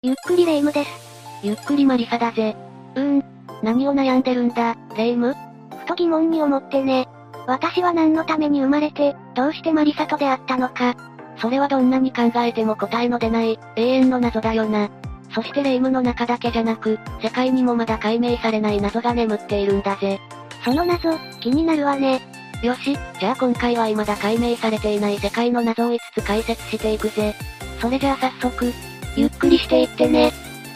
ゆっくりレ夢ムです。 ゆっくりマリサだぜ。何を悩んでるんだ、レ夢ム？ ふと疑問に思ってね。私は何のために生まれて、どうしてマリサと出会ったのか。 それはどんなに考えても答えの出ない、永遠の謎だよな。そしてレ夢ムの中だけじゃなく、世界にもまだ解明されない謎が眠っているんだぜ。 その謎、気になるわね。 よし、じゃあ今回は未だ解明されていない世界の謎を5つ解説していくぜ。それじゃあ早速、 ゆっくりしていってね。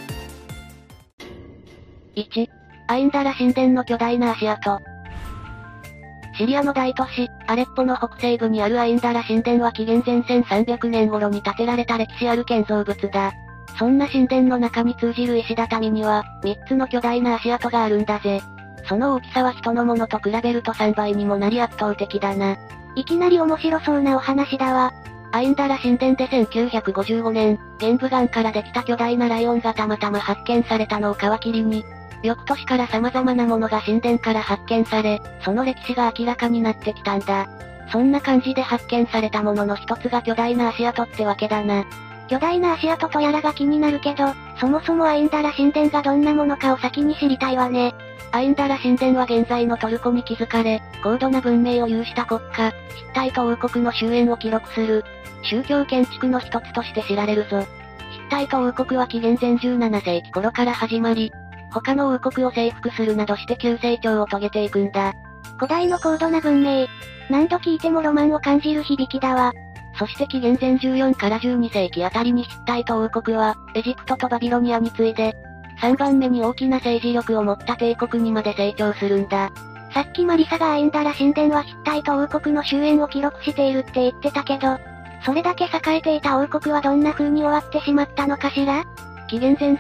1、アインダラ神殿の巨大な足跡。シリアの大都市、アレッポの北西部にあるアインダラ神殿は紀元前1300年頃に建てられた歴史ある建造物だ。そんな神殿の中に通じる石畳には、3つの巨大な足跡があるんだぜ。その大きさは人のものと比べると3倍にもなり圧倒的だな。 いきなり面白そうなお話だわ。 アインダラ神殿で1955年、玄武岩からできた巨大なライオンがたまたま発見されたのを皮切りに、翌年から様々なものが神殿から発見され、その歴史が明らかになってきたんだ。そんな感じで発見されたものの一つが巨大な足跡ってわけだな。 巨大な足跡とやらが気になるけど、そもそもアインダラ神殿がどんなものかを先に知りたいわね。 アインダラ神殿は現在のトルコに築かれ、高度な文明を有した国家、ヒッタイト王国の終焉を記録する、宗教建築の一つとして知られるぞ。ヒッタイト王国は紀元前17世紀頃から始まり、他の王国を征服するなどして急成長を遂げていくんだ。 古代の高度な文明。何度聞いてもロマンを感じる響きだわ。 そして紀元前14から12世紀あたりにヒッタイト王国は、エジプトとバビロニアに次いで、3番目に大きな政治力を持った帝国にまで成長するんだ。 さっきマリサがアインダラ神殿はヒッタイト王国の終焉を記録しているって言ってたけど、それだけ栄えていた王国はどんな風に終わってしまったのかしら？ 紀元前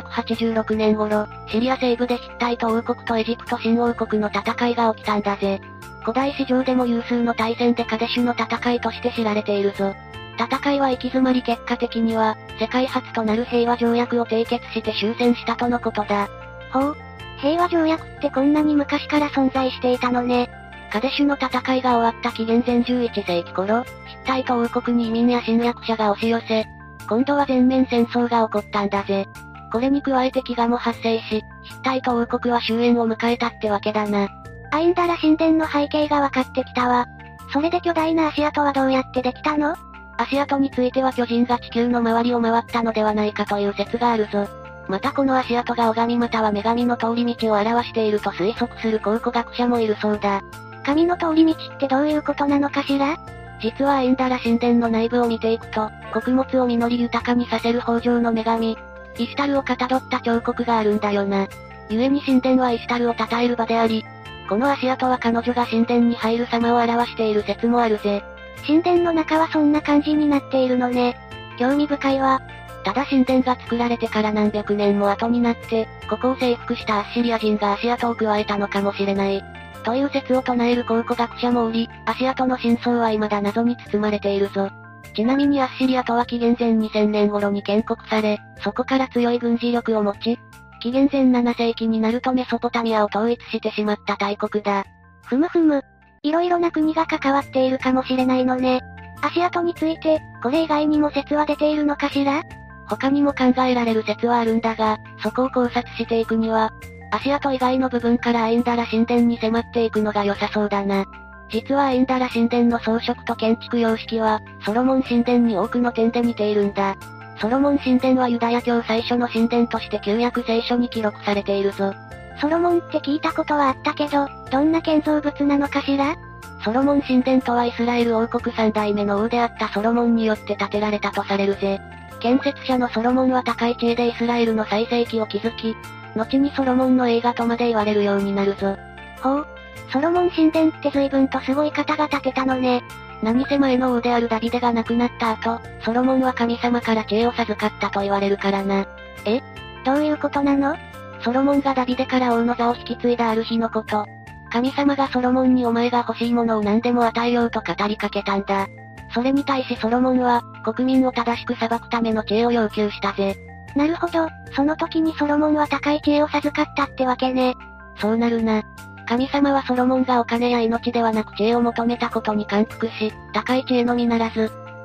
1286年頃、シリア西部でヒッタイト王国とエジプト新王国の戦いが起きたんだぜ。古代史上でも有数の大戦でカデシュの戦いとして知られているぞ。戦いは行き詰まり結果的には、世界初となる平和条約を締結して終戦したとのことだ。 ほう。平和条約ってこんなに昔から存在していたのね。 カデシュの戦いが終わった紀元前11世紀頃、ヒッタイト王国に移民や侵略者が押し寄せ、今度は全面戦争が起こったんだぜ。これに加えて飢餓も発生し、ヒッタイト王国は終焉を迎えたってわけだな。 アインダラ神殿の背景が分かってきたわ。それで巨大な足跡はどうやってできたの？ 足跡については巨人が地球の周りを回ったのではないかという説があるぞ。またこの足跡が拝みまたは女神の通り道を表していると推測する考古学者もいるそうだ。 神の通り道ってどういうことなのかしら？ 実はアインダラ神殿の内部を見ていくと、穀物を実り豊かにさせる豊穣の女神、イシュタルをかたどった彫刻があるんだよな。故に神殿はイシュタルを称える場であり、この足跡は彼女が神殿に入る様を表している説もあるぜ。 神殿の中はそんな感じになっているのね。興味深いわ。 ただ神殿が作られてから何百年も後になって、ここを征服したアッシリア人が足跡を加えたのかもしれない。という説を唱える考古学者もおり、足跡の真相は未だ謎に包まれているぞ。ちなみにアッシリアとは紀元前2000年頃に建国され、そこから強い軍事力を持ち、紀元前7世紀になるとメソポタミアを統一してしまった大国だ。 ふむふむ。いろいろな国が関わっているかもしれないのね。足跡について、これ以外にも説は出ているのかしら？ 他にも考えられる説はあるんだが、そこを考察していくには、足跡以外の部分からアインダラ神殿に迫っていくのが良さそうだな。実はアインダラ神殿の装飾と建築様式は、ソロモン神殿に多くの点で似ているんだ。ソロモン神殿はユダヤ教最初の神殿として旧約聖書に記録されているぞ。 ソロモンって聞いたことはあったけど、どんな建造物なのかしら？ ソロモン神殿とはイスラエル王国3代目の王であったソロモンによって建てられたとされるぜ。建設者のソロモンは高い地位でイスラエルの最盛期を築き、後にソロモンの栄華とまで言われるようになるぞ。 ほう。ソロモン神殿って随分とすごい方が建てたのね。 何せ前の王であるダビデが亡くなった後、ソロモンは神様から知恵を授かったと言われるからな。 え？どういうことなの？ ソロモンがダビデから王の座を引き継いだある日のこと。神様がソロモンにお前が欲しいものを何でも与えようと語りかけたんだ。それに対しソロモンは、国民を正しく裁くための知恵を要求したぜ。 なるほど、その時にソロモンは高い知恵を授かったってわけね。 そうなるな。神様はソロモンがお金や命ではなく知恵を求めたことに感服し、高い知恵のみならず、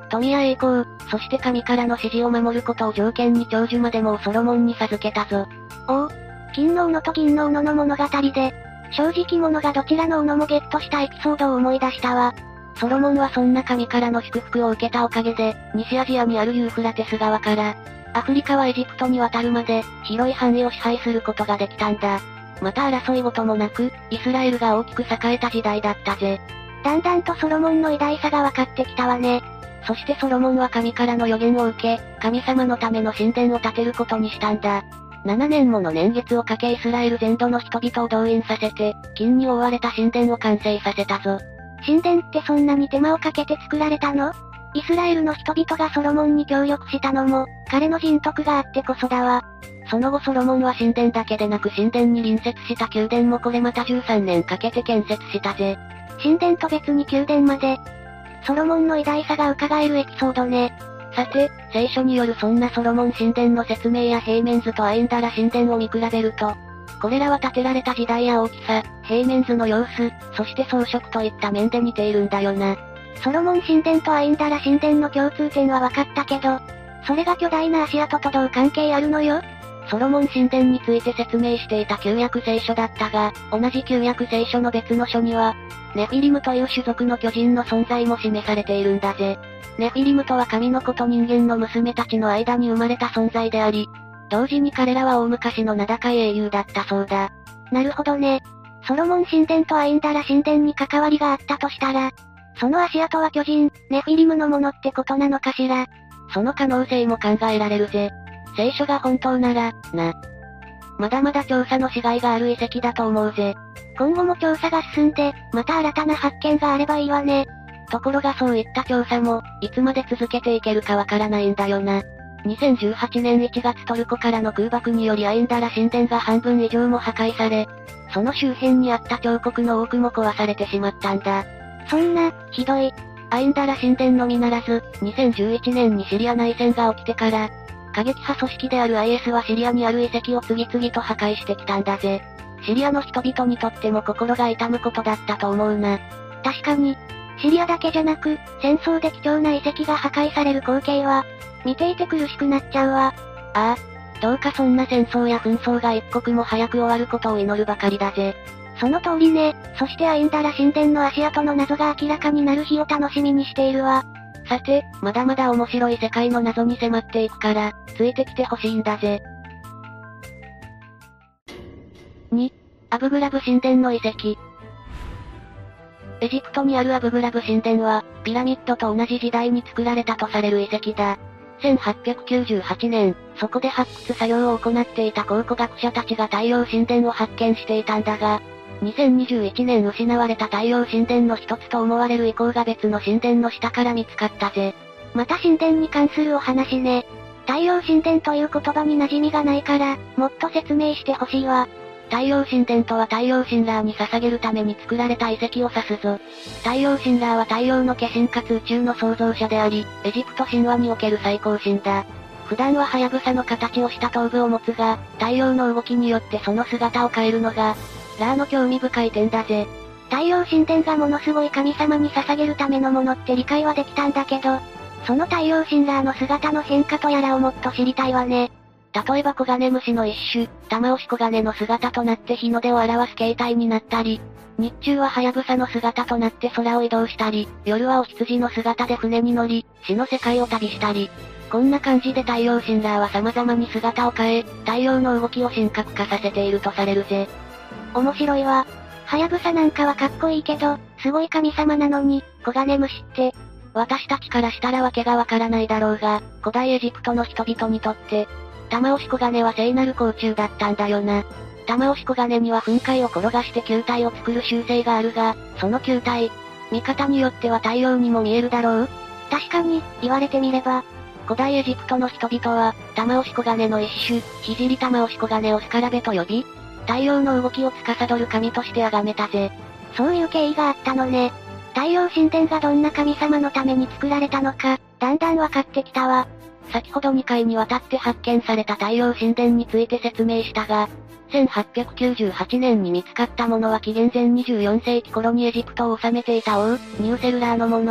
富や栄光、そして神からの指示を守ることを条件に長寿までもソロモンに授けたぞ。 おお、金の斧と銀の斧の物語で、正直者がどちらの斧もゲットしたエピソードを思い出したわ。 ソロモンはそんな神からの祝福を受けたおかげで、西アジアにあるユーフラテス川から、アフリカはエジプトに渡るまで、広い範囲を支配することができたんだ。また争い事もなく、イスラエルが大きく栄えた時代だったぜ。 だんだんとソロモンの偉大さが分かってきたわね。 そしてソロモンは神からの予言を受け、神様のための神殿を建てることにしたんだ。7年もの年月をかけイスラエル全土の人々を動員させて、金に覆われた神殿を完成させたぞ。 神殿ってそんなに手間をかけて作られたの？イスラエルの人々がソロモンに協力したのも、彼の人徳があってこそだわ。 その後ソロモンは神殿だけでなく神殿に隣接した宮殿もこれまた13年かけて建設したぜ。 神殿と別に宮殿まで。ソロモンの偉大さが伺えるエピソードね。 さて、聖書によるそんなソロモン神殿の説明や平面図とアインダラ神殿を見比べると、これらは建てられた時代や大きさ、平面図の様子、そして装飾といった面で似ているんだよな。 ソロモン神殿とアインダラ神殿の共通点は分かったけど、それが巨大な足跡とどう関係あるのよ？ ソロモン神殿について説明していた旧約聖書だったが、同じ旧約聖書の別の書には、ネフィリムという種族の巨人の存在も示されているんだぜ。ネフィリムとは神の子と人間の娘たちの間に生まれた存在であり、同時に彼らは大昔の名高い英雄だったそうだ。 なるほどね。ソロモン神殿とアインダラ神殿に関わりがあったとしたら、その足跡は巨人、ネフィリムのものってことなのかしら。 その可能性も考えられるぜ。聖書が本当なら、まだまだ調査のしがいがある遺跡だと思うぜ。 今後も調査が進んで、また新たな発見があればいいわね。 ところがそういった調査も、いつまで続けていけるかわからないんだよな。2018年1月トルコからの空爆によりアインダラ神殿が半分以上も破壊され、その周辺にあった彫刻の多くも壊されてしまったんだ。 そんな、ひどい。 アインダラ神殿のみならず、2011年にシリア内戦が起きてから、過激派組織である IS はシリアにある遺跡を次々と破壊してきたんだぜ。シリアの人々にとっても心が痛むことだったと思うな。 確かに、シリアだけじゃなく、戦争で貴重な遺跡が破壊される光景は、見ていて苦しくなっちゃうわ。 ああ、どうかそんな戦争や紛争が一刻も早く終わることを祈るばかりだぜ。 その通りね。そしてアインダラ神殿の足跡の謎が明らかになる日を楽しみにしているわ。 さて、まだまだ面白い世界の謎に迫っていくから、ついてきてほしいんだぜ。2、アブグラブ神殿の遺跡。エジプトにあるアブグラブ神殿は、ピラミッドと同じ時代に作られたとされる遺跡だ。1898年、そこで発掘作業を行っていた考古学者たちが太陽神殿を発見していたんだが、2021年失われた太陽神殿の一つと思われる遺構が別の神殿の下から見つかったぜ。 また神殿に関するお話ね。太陽神殿という言葉に馴染みがないから、もっと説明してほしいわ。 太陽神殿とは太陽神ラーに捧げるために作られた遺跡を指すぞ。太陽神ラーは太陽の化身かつ宇宙の創造者であり、エジプト神話における最高神だ。普段はハヤブサの形をした頭部を持つが、太陽の動きによってその姿を変えるのが、ラーの興味深い点だぜ。 太陽神殿がものすごい神様に捧げるためのものって理解はできたんだけど、その太陽神ラーの姿の変化とやらをもっと知りたいわね。 例えばコガネムシの一種、タマオシコガネの姿となって日の出を表す形態になったり、日中はハヤブサの姿となって空を移動したり、夜はお羊の姿で船に乗り、死の世界を旅したり、こんな感じで太陽神ラーは様々に姿を変え、太陽の動きを神格化させているとされるぜ。 面白いわ。ハヤブサなんかはかっこいいけど、すごい神様なのに、コガネムシって、 私たちからしたらわけがわからないだろうが、古代エジプトの人々にとって、タマオシコガネは聖なる甲虫だったんだよな。タマオシコガネには噴海を転がして球体を作る習性があるが、その球体、見方によっては太陽にも見えるだろう？ 確かに、言われてみれば。 古代エジプトの人々は、タマオシコガネの一種、ヒジリタマオシコガネをスカラベと呼び、太陽の動きを司る神として崇めたぜ。 そういう経緯があったのね。太陽神殿がどんな神様のために作られたのか、だんだんわかってきたわ。 先ほど2回にわたって発見された太陽神殿について説明したが、1898年に見つかったものは紀元前24世紀頃にエジプトを治めていた王、ニューセルラーのもの。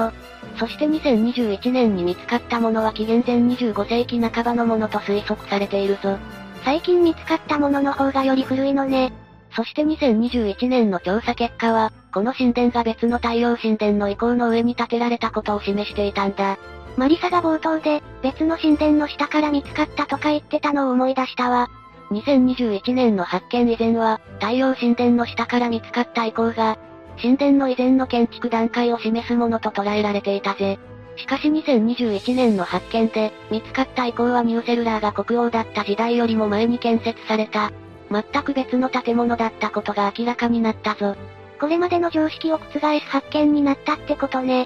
そして2021年に見つかったものは紀元前25世紀半ばのものと推測されているぞ。 最近見つかったものの方がより古いのね。 そして2021年の調査結果は、この神殿が別の太陽神殿の遺構の上に建てられたことを示していたんだ。 マリサが冒頭で、別の神殿の下から見つかったとか言ってたのを思い出したわ。 2021年の発見以前は、太陽神殿の下から見つかった遺構が、神殿の以前の建築段階を示すものと捉えられていたぜ。しかし2021年の発見で、見つかった遺構はニューセルラーが国王だった時代よりも前に建設された、全く別の建物だったことが明らかになったぞ。 これまでの常識を覆す発見になったってことね。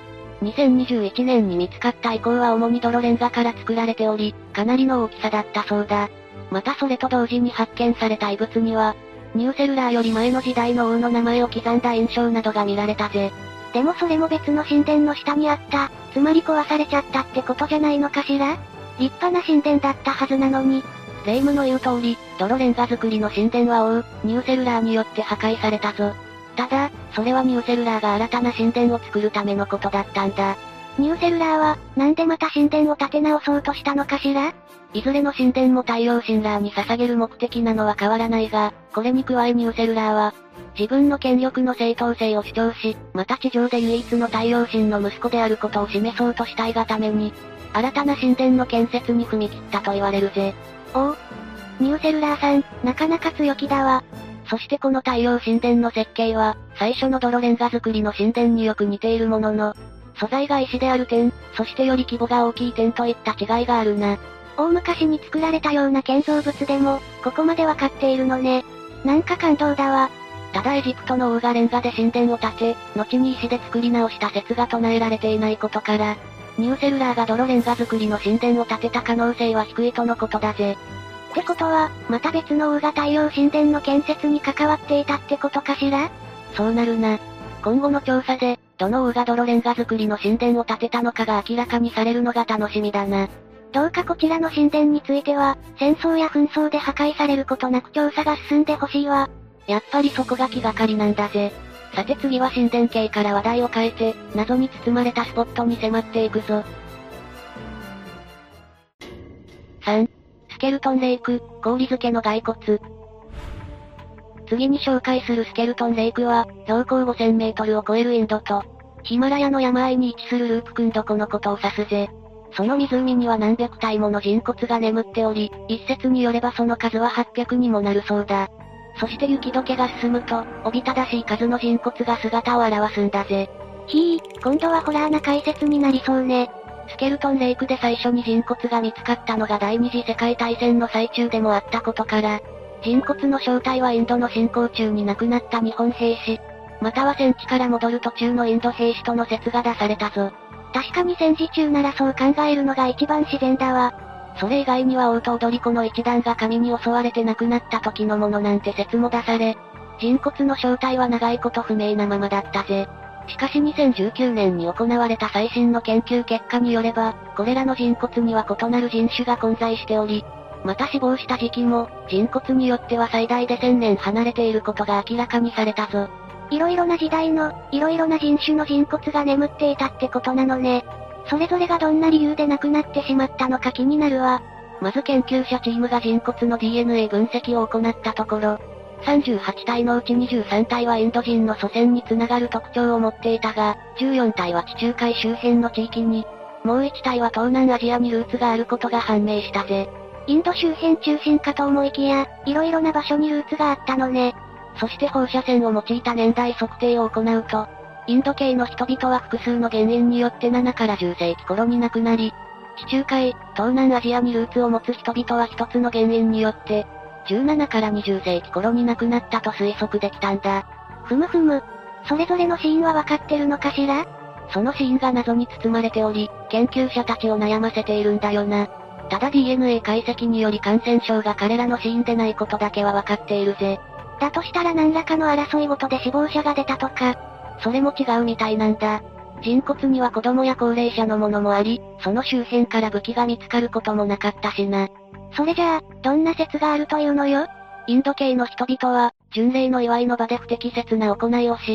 2021年に見つかった遺構は主に泥レンガから作られており、かなりの大きさだったそうだ。またそれと同時に発見された遺物には、ニューセルラーより前の時代の王の名前を刻んだ印章などが見られたぜ。 でもそれも別の神殿の下にあった、つまり壊されちゃったってことじゃないのかしら？立派な神殿だったはずなのに。 霊夢の言う通り、泥レンガ造りの神殿は王、ニューセルラーによって破壊されたぞ。ただ、それはニューセルラーが新たな神殿を作るためのことだったんだ。 ニューセルラーは、なんでまた神殿を建て直そうとしたのかしら？ いずれの神殿も太陽神ラーに捧げる目的なのは変わらないが、これに加えニューセルラーは、自分の権力の正当性を主張し、また地上で唯一の太陽神の息子であることを示そうとしたいがために、新たな神殿の建設に踏み切ったと言われるぜ。 おう。ニューセルラーさん、なかなか強気だわ。 そしてこの太陽神殿の設計は、最初の泥レンガ造りの神殿によく似ているものの、素材が石である点、そしてより規模が大きい点といった違いがあるな。 大昔に作られたような建造物でも、ここまでわかっているのね。なんか感動だわ。 ただエジプトの王がレンガで神殿を建て、後に石で作り直した説が唱えられていないことから、ニューセルラーが泥レンガ造りの神殿を建てた可能性は低いとのことだぜ。 ってことは、また別の王が太陽神殿の建設に関わっていたってことかしら？ そうなるな。今後の調査で、どの王が泥レンガ造りの神殿を建てたのかが明らかにされるのが楽しみだな。 どうかこちらの神殿については、戦争や紛争で破壊されることなく調査が進んでほしいわ。 やっぱりそこが気がかりなんだぜ。さて次は神殿系から話題を変えて、謎に包まれたスポットに迫っていくぞ。3. スケルトンレイク、氷漬けの骸骨。次に紹介するスケルトンレイクは、標高5000メートルを超えるインドと、ヒマラヤの山あいに位置するループクンド湖のことを指すぜ。その湖には何百体もの人骨が眠っており、一説によればその数は800にもなるそうだ。そして雪解けが進むと、おびただしい数の人骨が姿を現すんだぜ。 今度はホラーな解説になりそうね。 スケルトンレイクで最初に人骨が見つかったのが第二次世界大戦の最中でもあったことから、人骨の正体はインドの侵攻中に亡くなった日本兵士、または戦地から戻る途中のインド兵士との説が出されたぞ。 確かに戦時中ならそう考えるのが一番自然だわ。 それ以外には王と踊り子の一団が神に襲われて亡くなった時のものなんて説も出され、人骨の正体は長いこと不明なままだったぜ。しかし2019年に行われた最新の研究結果によれば、これらの人骨には異なる人種が混在しており、また死亡した時期も、人骨によっては最大で1000年離れていることが明らかにされたぞ。 いろいろな時代の、いろいろな人種の人骨が眠っていたってことなのね。それぞれがどんな理由で亡くなってしまったのか気になるわ。 まず研究者チームが人骨の DNA 分析を行ったところ、38体のうち23体はインド人の祖先につながる特徴を持っていたが、14体は地中海周辺の地域に、もう1体は東南アジアにルーツがあることが判明したぜ。 インド周辺中心かと思いきや、いろいろな場所にルーツがあったのね。 そして放射線を用いた年代測定を行うと、インド系の人々は複数の原因によって7から10世紀頃に亡くなり、地中海、東南アジアにルーツを持つ人々は一つの原因によって、17から20世紀頃に亡くなったと推測できたんだ。 ふむふむ。それぞれの死因はわかってるのかしら？ その死因が謎に包まれており、研究者たちを悩ませているんだよな。ただ DNA 解析により感染症が彼らの死因でないことだけはわかっているぜ。 だとしたら何らかの争いごとで死亡者が出たとか。 それも違うみたいなんだ。人骨には子供や高齢者のものもあり、その周辺から武器が見つかることもなかったしな。 それじゃあ、どんな説があるというのよ？ インド系の人々は、巡礼の祝いの場で不適切な行いをし、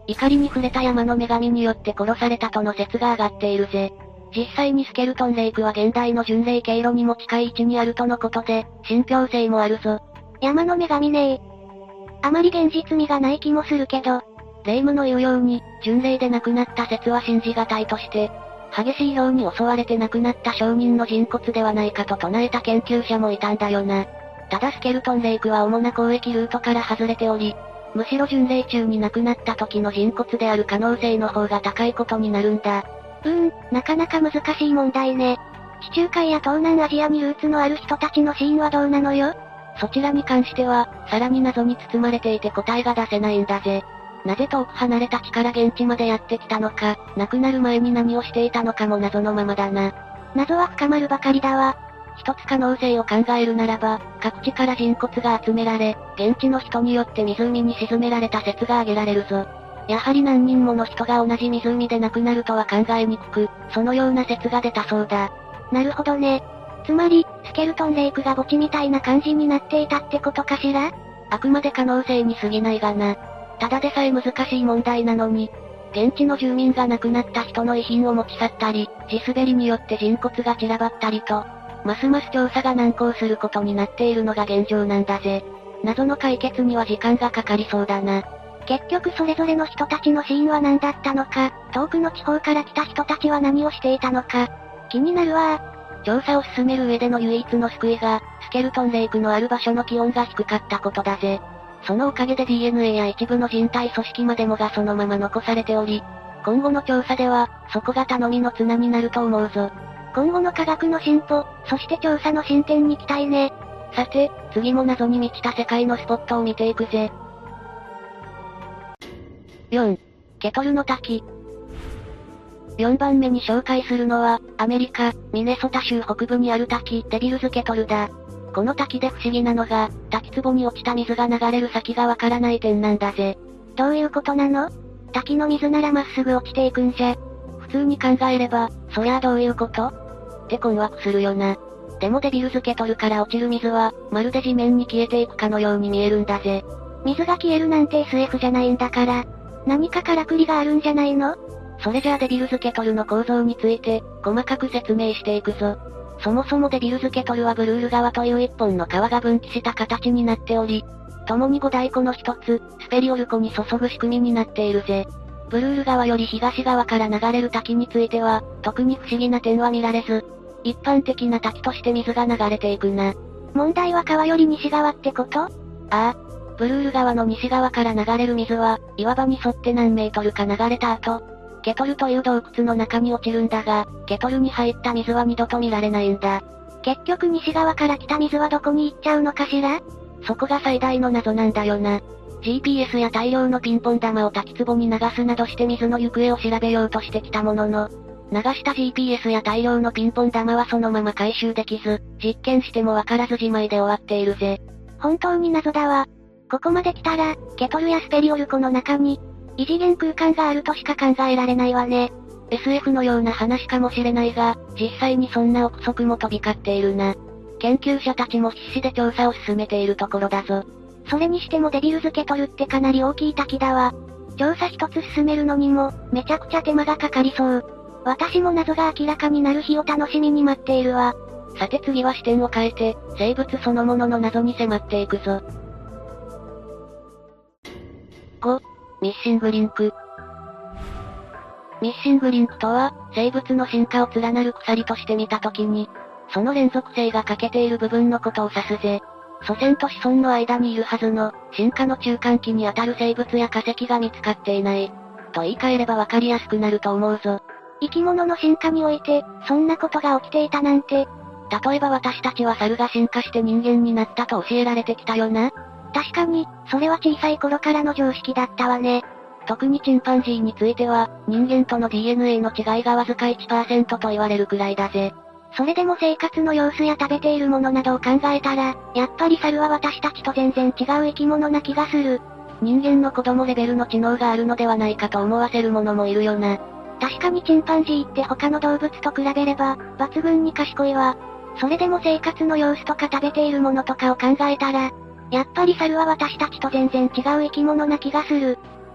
怒りに触れた山の女神によって殺されたとの説が上がっているぜ。実際にスケルトンレイクは現代の巡礼経路にも近い位置にあるとのことで、信憑性もあるぞ。 山の女神ねえ。あまり現実味がない気もするけど、 霊夢の言うように、巡礼で亡くなった説は信じがたいとして、激しい雹に襲われて亡くなった証人の人骨ではないかと唱えた研究者もいたんだよな。ただスケルトンレイクは主な交易ルートから外れており、むしろ巡礼中に亡くなった時の人骨である可能性の方が高いことになるんだ。 なかなか難しい問題ね。地中海や東南アジアにルーツのある人たちの死因はどうなのよ？ そちらに関しては、さらに謎に包まれていて答えが出せないんだぜ。なぜ遠く離れた地から現地までやってきたのか、亡くなる前に何をしていたのかも謎のままだな。 謎は深まるばかりだわ。 一つ可能性を考えるならば、各地から人骨が集められ、現地の人によって湖に沈められた説が挙げられるぞ。やはり何人もの人が同じ湖で亡くなるとは考えにくく、そのような説が出たそうだ。 なるほどね。つまり、スケルトンレイクが墓地みたいな感じになっていたってことかしら？ あくまで可能性に過ぎないがな。ただでさえ難しい問題なのに、現地の住民が亡くなった人の遺品を持ち去ったり、地滑りによって人骨が散らばったりと、ますます調査が難航することになっているのが現状なんだぜ。謎の解決には時間がかかりそうだな。 結局それぞれの人たちの死因は何だったのか、遠くの地方から来た人たちは何をしていたのか、気になるわ。 調査を進める上での唯一の救いが、スケルトンレイクのある場所の気温が低かったことだぜ。そのおかげで DNA や一部の人体組織までもがそのまま残されており、今後の調査では、そこが頼みの綱になると思うぞ。 今後の科学の進歩、そして調査の進展に期待ね。 さて、次も謎に満ちた世界のスポットを見ていくぜ。4. ケトルの滝。4番目に紹介するのは、アメリカ、ミネソタ州北部にある滝、デビルズケトルだ。この滝で不思議なのが、滝壺に落ちた水が流れる先がわからない点なんだぜ。 どういうことなの？滝の水ならまっすぐ落ちていくんじゃ。 普通に考えれば、そりゃあどういうこと？って困惑するよな。でもデビルズケトルから落ちる水は、まるで地面に消えていくかのように見えるんだぜ。 水が消えるなんて SF じゃないんだから、何かからくりがあるんじゃないの？ それじゃあデビルズケトルの構造について、細かく説明していくぞ。そもそもデビルズケトルはブルール川という一本の川が分岐した形になっており、共に五大湖の一つ、スペリオル湖に注ぐ仕組みになっているぜ。ブルール川より東側から流れる滝については、特に不思議な点は見られず、一般的な滝として水が流れていくな。 問題は川より西側ってこと？ ああ。ブルール川の西側から流れる水は、岩場に沿って何メートルか流れた後、ケトルという洞窟の中に落ちるんだが、ケトルに入った水は二度と見られないんだ。 結局西側から来た水はどこに行っちゃうのかしら？ そこが最大の謎なんだよな。GPS や大量のピンポン玉を滝壺に流すなどして水の行方を調べようとしてきたものの、流した GPS や大量のピンポン玉はそのまま回収できず、実験してもわからずじまいで終わっているぜ。 本当に謎だわ。ここまで来たら、ケトルやスペリオル湖の中に、異次元空間があるとしか考えられないわね。 SF のような話かもしれないが、実際にそんな憶測も飛び交っているな。研究者たちも必死で調査を進めているところだぞ。 それにしてもデビルズケトルってかなり大きい滝だわ。調査一つ進めるのにも、めちゃくちゃ手間がかかりそう。私も謎が明らかになる日を楽しみに待っているわ。 さて次は視点を変えて、生物そのものの謎に迫っていくぞ。5. ミッシングリンク。ミッシングリンクとは、生物の進化を連なる鎖として見たときに、その連続性が欠けている部分のことを指すぜ。祖先と子孫の間にいるはずの、進化の中間期にあたる生物や化石が見つかっていない。と言い換えればわかりやすくなると思うぞ。 生き物の進化において、そんなことが起きていたなんて。 例えば私たちは猿が進化して人間になったと教えられてきたよな。 確かに、それは小さい頃からの常識だったわね。 特にチンパンジーについては、人間との DNA の違いがわずか 1% と言われるくらいだぜ。 それでも生活の様子や食べているものなどを考えたら、やっぱり猿は私たちと全然違う生き物な気がする。 人間の子供レベルの知能があるのではないかと思わせるものもいるよな。 確かにチンパンジーって他の動物と比べれば、抜群に賢いわ。それでも生活の様子とか食べているものとかを考えたら、やっぱり猿は私たちと全然違う生き物な気がする。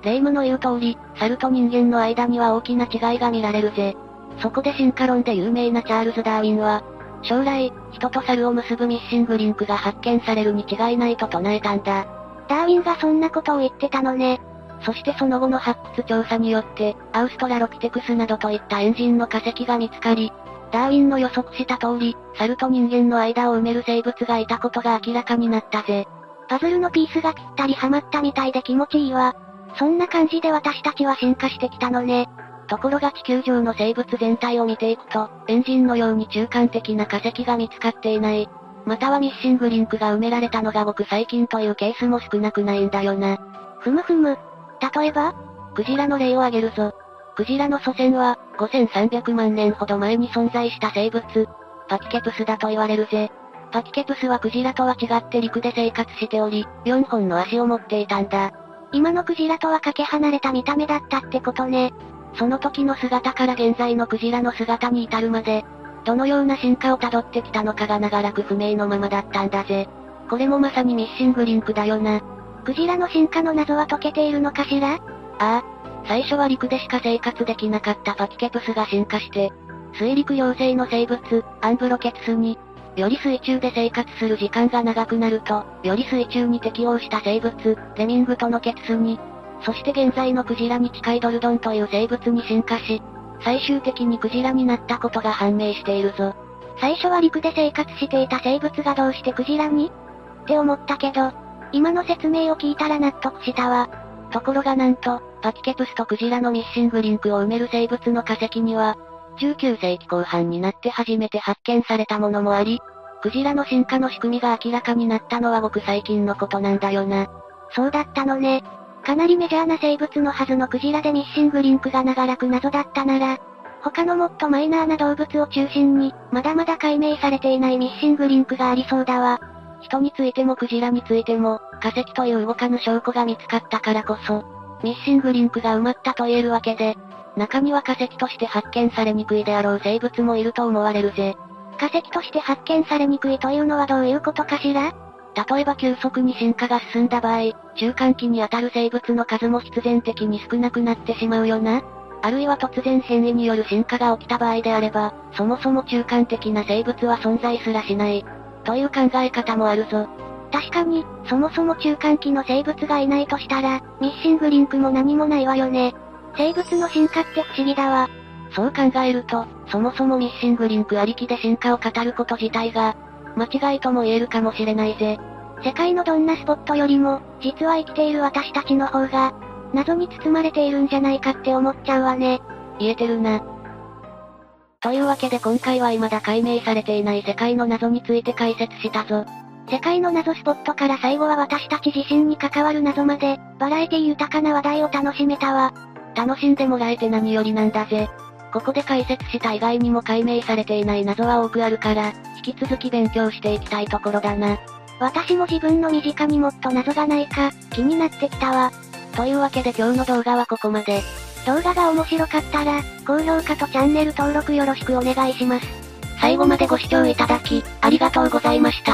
霊夢の言う通り、猿と人間の間には大きな違いが見られるぜ。そこで進化論で有名なチャールズ・ダーウィンは、将来、人と猿を結ぶミッシングリンクが発見されるに違いないと唱えたんだ。 ダーウィンがそんなことを言ってたのね。 そしてその後の発掘調査によって、アウストラロピテクスなどといったエンジンの化石が見つかり、ダーウィンの予測した通り、猿と人間の間を埋める生物がいたことが明らかになったぜ。 パズルのピースがぴったりはまったみたいで気持ちいいわ。そんな感じで私たちは進化してきたのね。 ところが地球上の生物全体を見ていくと、エンジンのように中間的な化石が見つかっていない。またはミッシングリンクが埋められたのがごく最近というケースも少なくないんだよな。 ふむふむ。例えば？ クジラの例を挙げるぞ。クジラの祖先は、5300万年ほど前に存在した生物、パキケプスだと言われるぜ。パキケプスはクジラとは違って陸で生活しており、4本の足を持っていたんだ。 今のクジラとはかけ離れた見た目だったってことね。 その時の姿から現在のクジラの姿に至るまで、どのような進化をたどってきたのかが長らく不明のままだったんだぜ。これもまさにミッシングリンクだよな。 クジラの進化の謎は解けているのかしら？ ああ。最初は陸でしか生活できなかったパキケプスが進化して、水陸両生の生物、アンブロケツスに、より水中で生活する時間が長くなると、より水中に適応した生物、レミングトノケツスに、そして現在のクジラに近いドルドンという生物に進化し、最終的にクジラになったことが判明しているぞ。 最初は陸で生活していた生物がどうしてクジラに？って思ったけど、今の説明を聞いたら納得したわ。 ところがなんと、パキケプスとクジラのミッシングリンクを埋める生物の化石には、19世紀後半になって初めて発見されたものもあり、クジラの進化の仕組みが明らかになったのはごく最近のことなんだよな。 そうだったのね。かなりメジャーな生物のはずのクジラでミッシングリンクが長らく謎だったなら、他のもっとマイナーな動物を中心に、まだまだ解明されていないミッシングリンクがありそうだわ。 人についてもクジラについても、化石という動かぬ証拠が見つかったからこそ、ミッシングリンクが埋まったと言えるわけで、中には化石として発見されにくいであろう生物もいると思われるぜ。 化石として発見されにくいというのはどういうことかしら？ 例えば急速に進化が進んだ場合、中間期にあたる生物の数も必然的に少なくなってしまうよな。あるいは突然変異による進化が起きた場合であれば、そもそも中間的な生物は存在すらしない。という考え方もあるぞ。 確かに、そもそも中間期の生物がいないとしたら、ミッシングリンクも何もないわよね。生物の進化って不思議だわ。 そう考えると、そもそもミッシングリンクありきで進化を語ること自体が、間違いとも言えるかもしれないぜ。 世界のどんなスポットよりも、実は生きている私たちの方が、謎に包まれているんじゃないかって思っちゃうわね。 言えてるな。というわけで今回は未だ解明されていない世界の謎について解説したぞ。 世界の謎スポットから最後は私たち自身に関わる謎まで、バラエティ豊かな話題を楽しめたわ。 楽しんでもらえて何よりなんだぜ。ここで解説した以外にも解明されていない謎は多くあるから、引き続き勉強していきたいところだな。 私も自分の身近にもっと謎がないか、気になってきたわ。 というわけで今日の動画はここまで。 動画が面白かったら、高評価とチャンネル登録よろしくお願いします。 最後までご視聴いただき、ありがとうございました。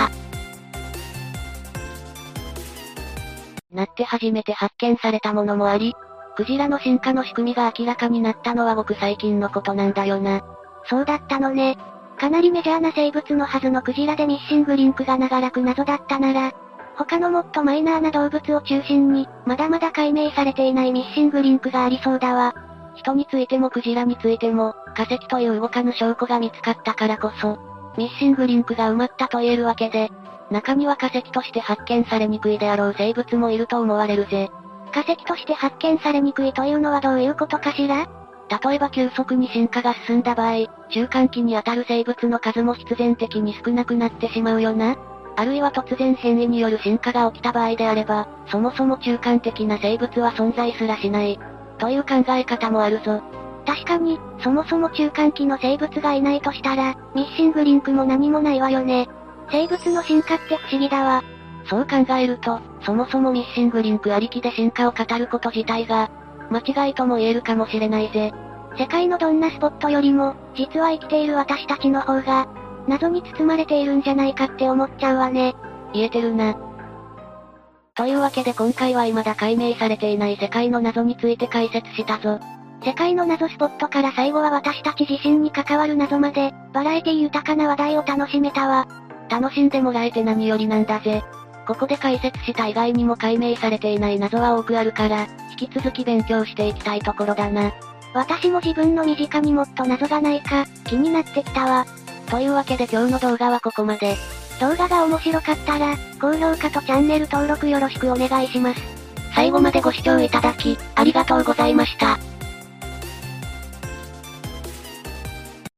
なって初めて発見されたものもあり、クジラの進化の仕組みが明らかになったのはごく最近のことなんだよな。 そうだったのね。かなりメジャーな生物のはずのクジラでミッシングリンクが長らく謎だったなら、他のもっとマイナーな動物を中心に、まだまだ解明されていないミッシングリンクがありそうだわ。 人についてもクジラについても、化石という動かぬ証拠が見つかったからこそ、ミッシングリンクが埋まったと言えるわけで、中には化石として発見されにくいであろう生物もいると思われるぜ。 化石として発見されにくいというのはどういうことかしら？ 例えば急速に進化が進んだ場合、中間期にあたる生物の数も必然的に少なくなってしまうよな。あるいは突然変異による進化が起きた場合であれば、そもそも中間的な生物は存在すらしない。という考え方もあるぞ。 確かに、そもそも中間期の生物がいないとしたら、ミッシングリンクも何もないわよね。生物の進化って不思議だわ。 そう考えると、そもそもミッシングリンクありきで進化を語ること自体が、間違いとも言えるかもしれないぜ。 世界のどんなスポットよりも、実は生きている私たちの方が、謎に包まれているんじゃないかって思っちゃうわね。 言えてるな。 というわけで今回は未だ解明されていない世界の謎について解説したぞ。 世界の謎スポットから最後は私たち自身に関わる謎まで、バラエティ豊かな話題を楽しめたわ。 楽しんでもらえて何よりなんだぜ。ここで解説した以外にも解明されていない謎は多くあるから、引き続き勉強していきたいところだな。 私も自分の身近にもっと謎がないか、気になってきたわ。 というわけで今日の動画はここまで。 動画が面白かったら、高評価とチャンネル登録よろしくお願いします。 最後までご視聴いただき、ありがとうございました。